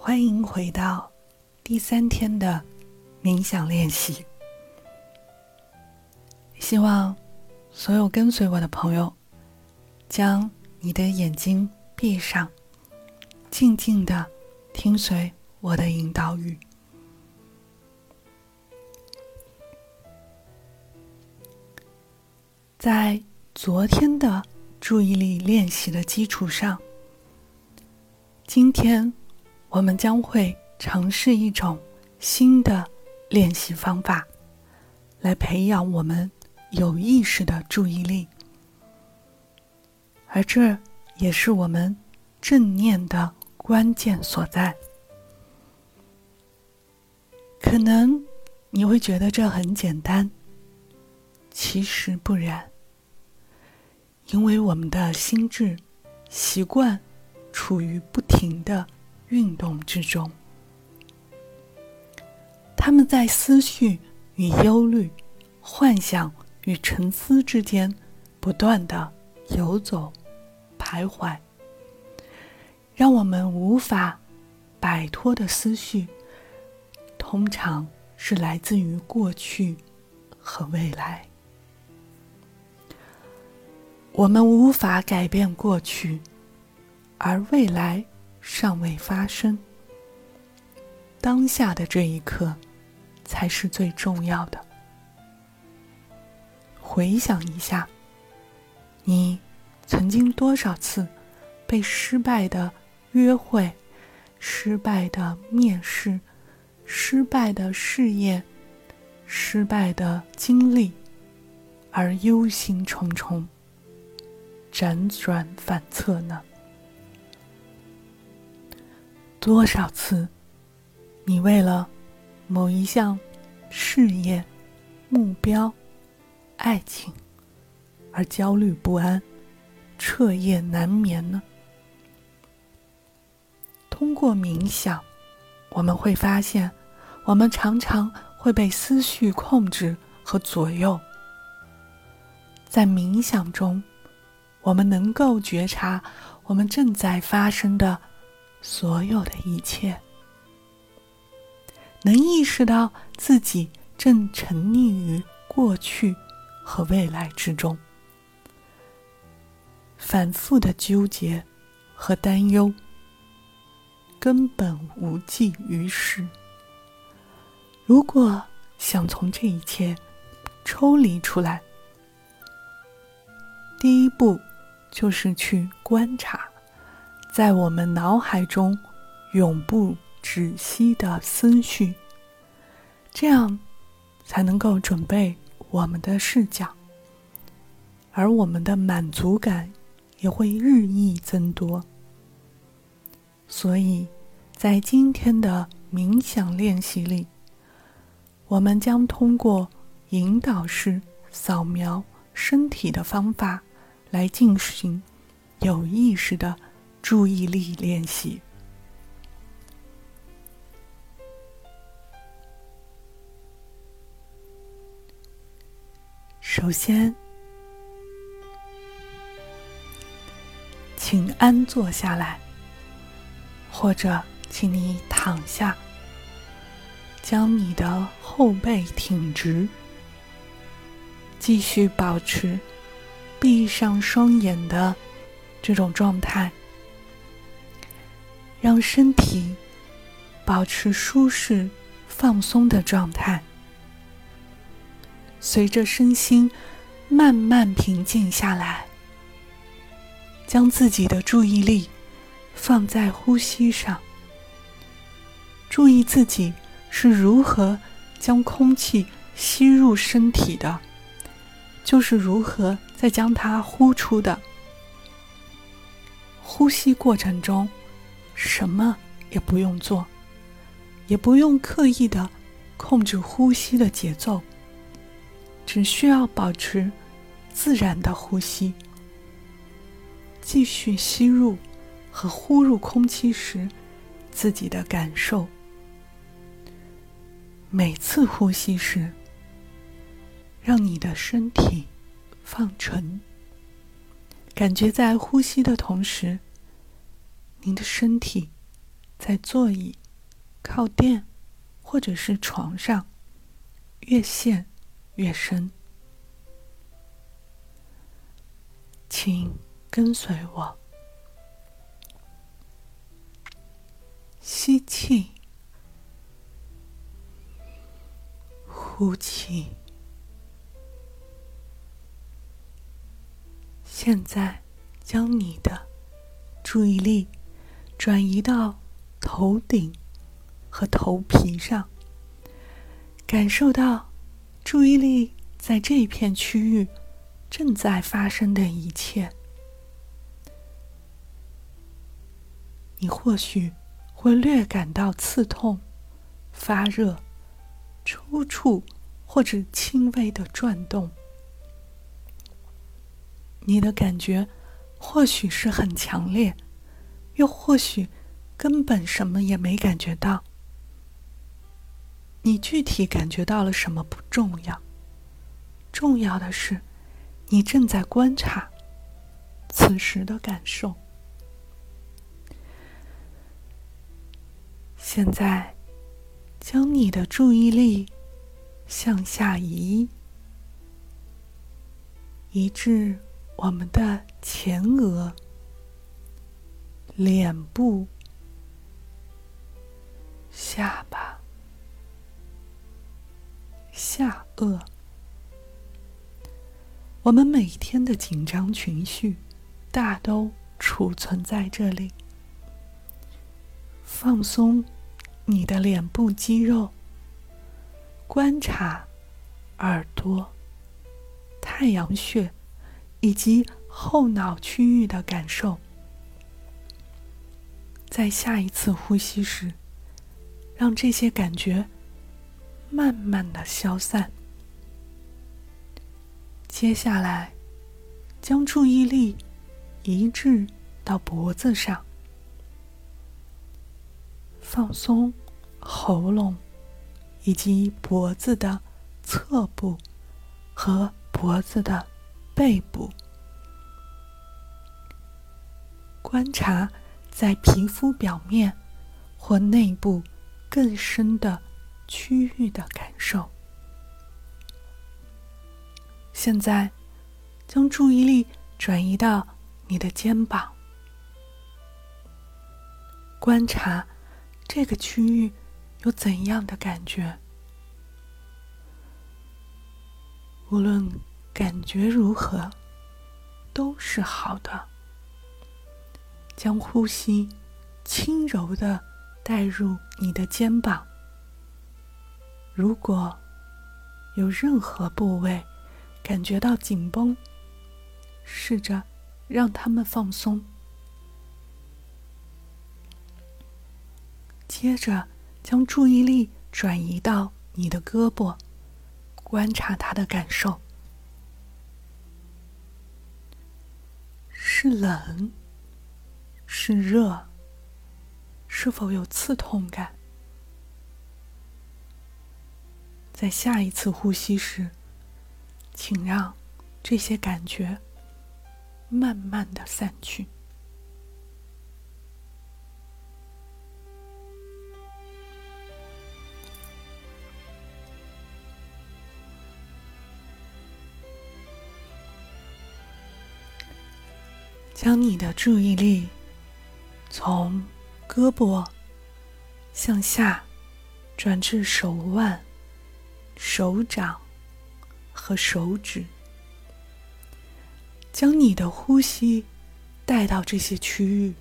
欢迎回到第3天的冥想练习。希望所有跟随我的朋友，将你的眼睛闭上，静静地听随我的引导语。在昨天的注意力练习的基础上，今天我们将会尝试一种新的练习方法，来培养我们有意识的注意力，而这也是我们正念的关键所在。可能你会觉得这很简单，其实不然，因为我们的心智习惯处于不停的运动之中，他们在思绪与忧虑、幻想与沉思之间不断地游走、徘徊，让我们无法摆脱的思绪，通常是来自于过去和未来。我们无法改变过去，而未来尚未发生。当下的这一刻才是最重要的。回想一下，你曾经多少次被失败的约会、失败的面试、失败的事业、失败的经历而忧心忡忡、辗转反侧呢？多少次你为了某一项事业、目标、爱情而焦虑不安、彻夜难眠呢？通过冥想，我们会发现，我们常常会被思绪控制和左右。在冥想中，我们能够觉察我们正在发生的所有的一切，能意识到自己正沉溺于过去和未来之中，反复的纠结和担忧根本无济于事。如果想从这一切抽离出来，第一步就是去观察在我们脑海中永不止息的思绪，这样才能够准备我们的视角，而我们的满足感也会日益增多。所以在今天的冥想练习里，我们将通过引导式扫描身体的方法来进行有意识的注意力练习。首先，请安坐下来，或者请你躺下，将你的后背挺直，继续保持闭上双眼的这种状态，让身体保持舒适放松的状态。随着身心慢慢平静下来，将自己的注意力放在呼吸上，注意自己是如何将空气吸入身体的，就是如何再将它呼出的。呼吸过程中什么也不用做，也不用刻意的控制呼吸的节奏，只需要保持自然的呼吸，继续吸入和呼入空气时自己的感受。每次呼吸时，让你的身体放沉，感觉在呼吸的同时，您的身体在座椅、靠垫或者是床上，越陷越深。请跟随我，吸气，呼气。现在将你的注意力转移到头顶和头皮上，感受到注意力在这一片区域正在发生的一切。你或许会略感到刺痛、发热、抽搐或者轻微的转动。你的感觉或许是很强烈，又或许根本什么也没感觉到。你具体感觉到了什么不重要，重要的是你正在观察此时的感受。现在将你的注意力向下移至我们的前额、脸部、下巴、下颚。我们每天的紧张情绪大都储存在这里。放松你的脸部肌肉，观察耳朵、太阳穴以及后脑区域的感受。在下一次呼吸时，让这些感觉慢慢的消散。接下来，将注意力移至到脖子上，放松喉咙以及脖子的侧部和脖子的背部，观察在皮肤表面或内部更深的区域的感受。现在将注意力转移到你的肩膀，观察这个区域有怎样的感觉。无论感觉如何，都是好的。将呼吸轻柔地带入你的肩膀，如果有任何部位感觉到紧绷，试着让它们放松。接着将注意力转移到你的胳膊，观察它的感受。是冷？是热？是否有刺痛感？在下一次呼吸时，请让这些感觉慢慢地散去。将你的注意力从胳膊向下转至手腕、手掌和手指，将你的呼吸带到这些区域，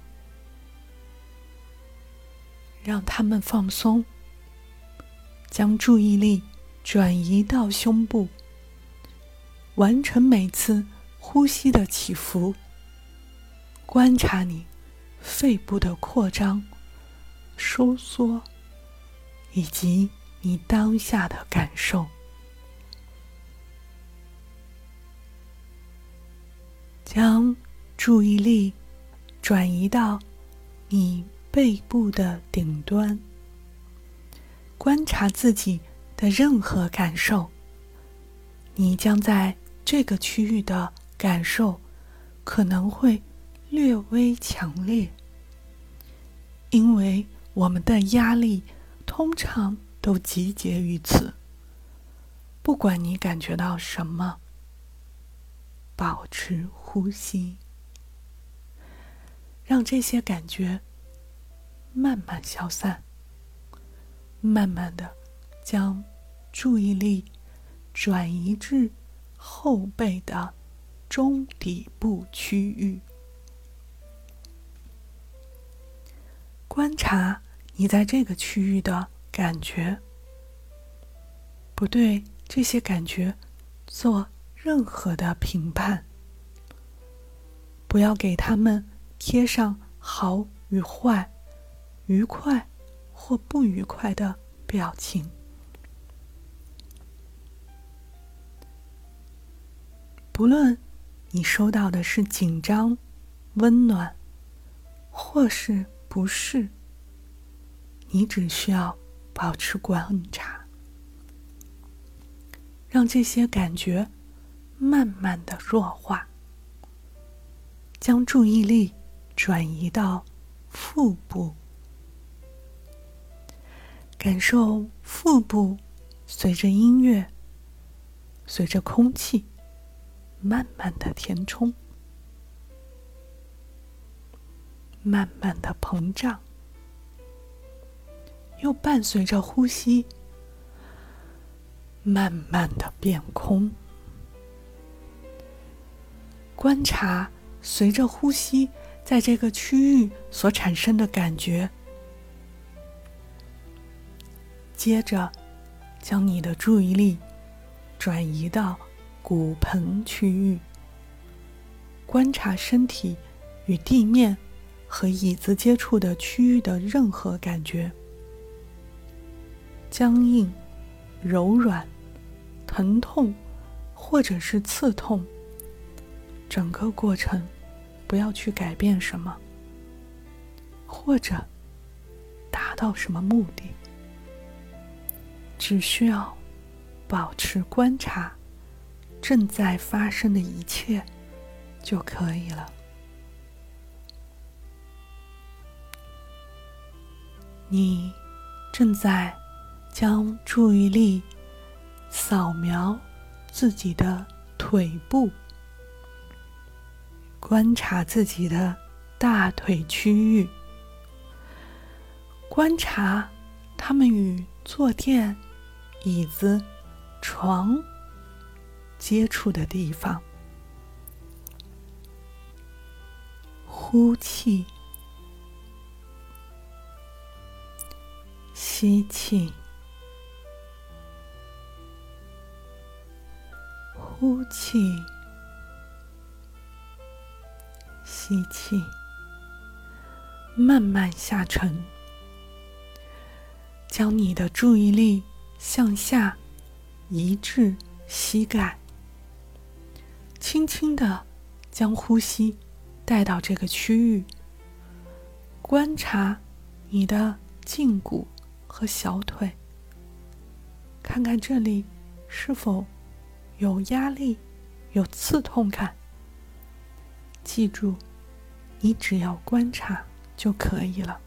让它们放松。将注意力转移到胸部，完成每次呼吸的起伏，观察你肺部的扩张、收缩，以及你当下的感受。将注意力转移到你背部的顶端，观察自己的任何感受。你将在这个区域的感受可能会略微强烈，因为我们的压力通常都集结于此。不管你感觉到什么，保持呼吸，让这些感觉慢慢消散，慢慢的将注意力转移至后背的中底部区域，观察你在这个区域的感觉，不对这些感觉做任何的评判，不要给它们贴上好与坏、愉快或不愉快的表情。不论你收到的是紧张、温暖，或是不适，你只需要保持观察，让这些感觉慢慢的弱化，将注意力转移到腹部，感受腹部随着音乐，随着空气慢慢的填充，慢慢的膨胀，又伴随着呼吸慢慢的变空。观察随着呼吸在这个区域所产生的感觉，接着将你的注意力转移到骨盆区域，观察身体与地面和椅子接触的区域的任何感觉，僵硬、柔软、疼痛或者是刺痛，整个过程不要去改变什么，或者达到什么目的，只需要保持观察正在发生的一切就可以了。你正在将注意力扫描自己的腿部，观察自己的大腿区域，观察它们与坐垫、椅子、床接触的地方。呼气，吸气，呼气，吸气，慢慢下沉，将你的注意力向下移至膝盖，轻轻地将呼吸带到这个区域，观察你的胫骨和小腿，看看这里是否有压力，有刺痛感。记住，你只要观察就可以了。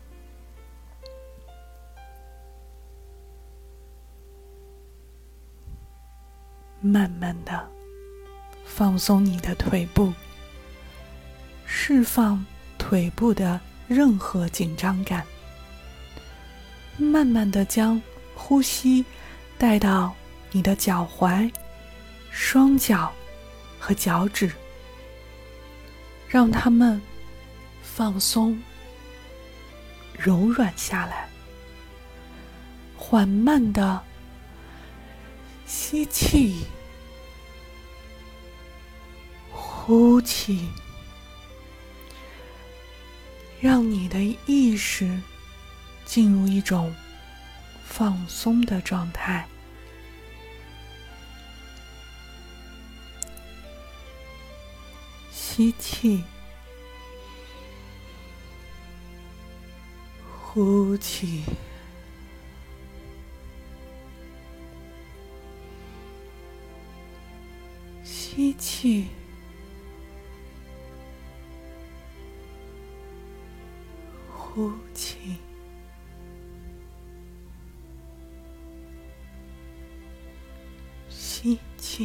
慢慢的放松你的腿部，释放腿部的任何紧张感，慢慢的将呼吸带到你的脚踝、双脚和脚趾，让它们放松、柔软下来。缓慢的吸气，呼气，让你的意识进入一种放松的状态。吸气，呼气，吸气，呼气， 吸气，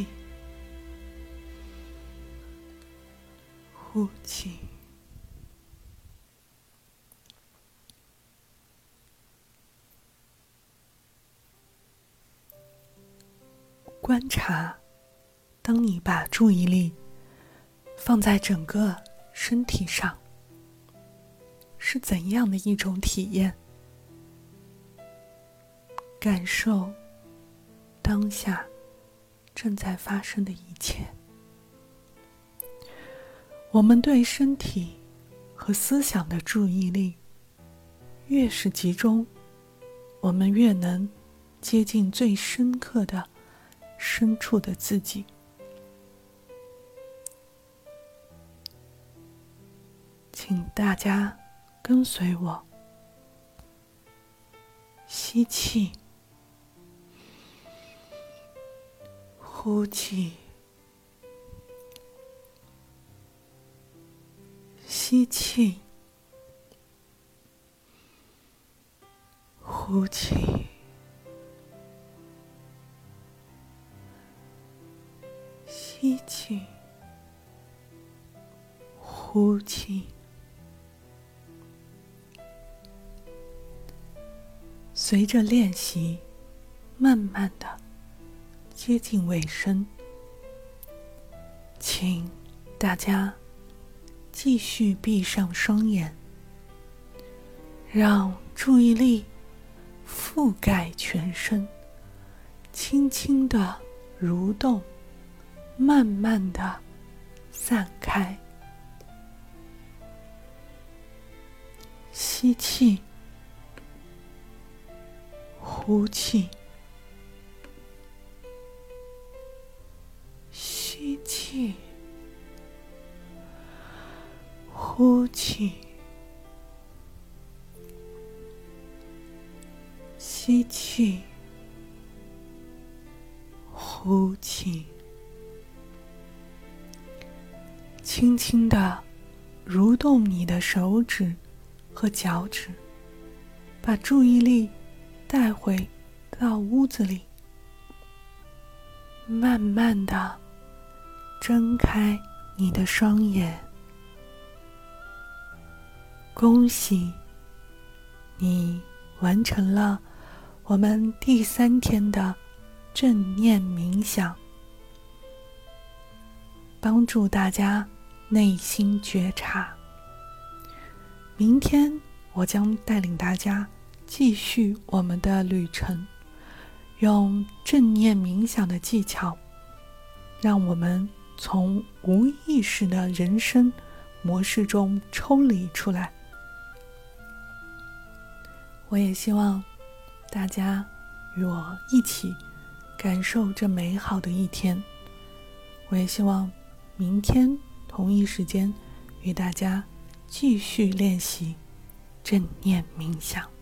呼气。观察，当你把注意力放在整个身体上，是怎样的一种体验？感受当下正在发生的一切。我们对身体和思想的注意力越是集中，我们越能接近最深刻的深处的自己。请大家跟随我，吸气，呼气，吸气，呼气，吸气，呼气。随着练习，慢慢的接近尾声，请大家继续闭上双眼，让注意力覆盖全身，轻轻的蠕动，慢慢的散开。吸气，呼气，吸气，呼气，吸气，呼气。轻轻地蠕动你的手指和脚趾，把注意力带回到屋子里，慢慢地睁开你的双眼。恭喜你完成了我们第3天的正念冥想，帮助大家内心觉察。明天我将带领大家继续我们的旅程，用正念冥想的技巧，让我们从无意识的人生模式中抽离出来。我也希望大家与我一起感受这美好的一天。我也希望明天同一时间与大家继续练习正念冥想。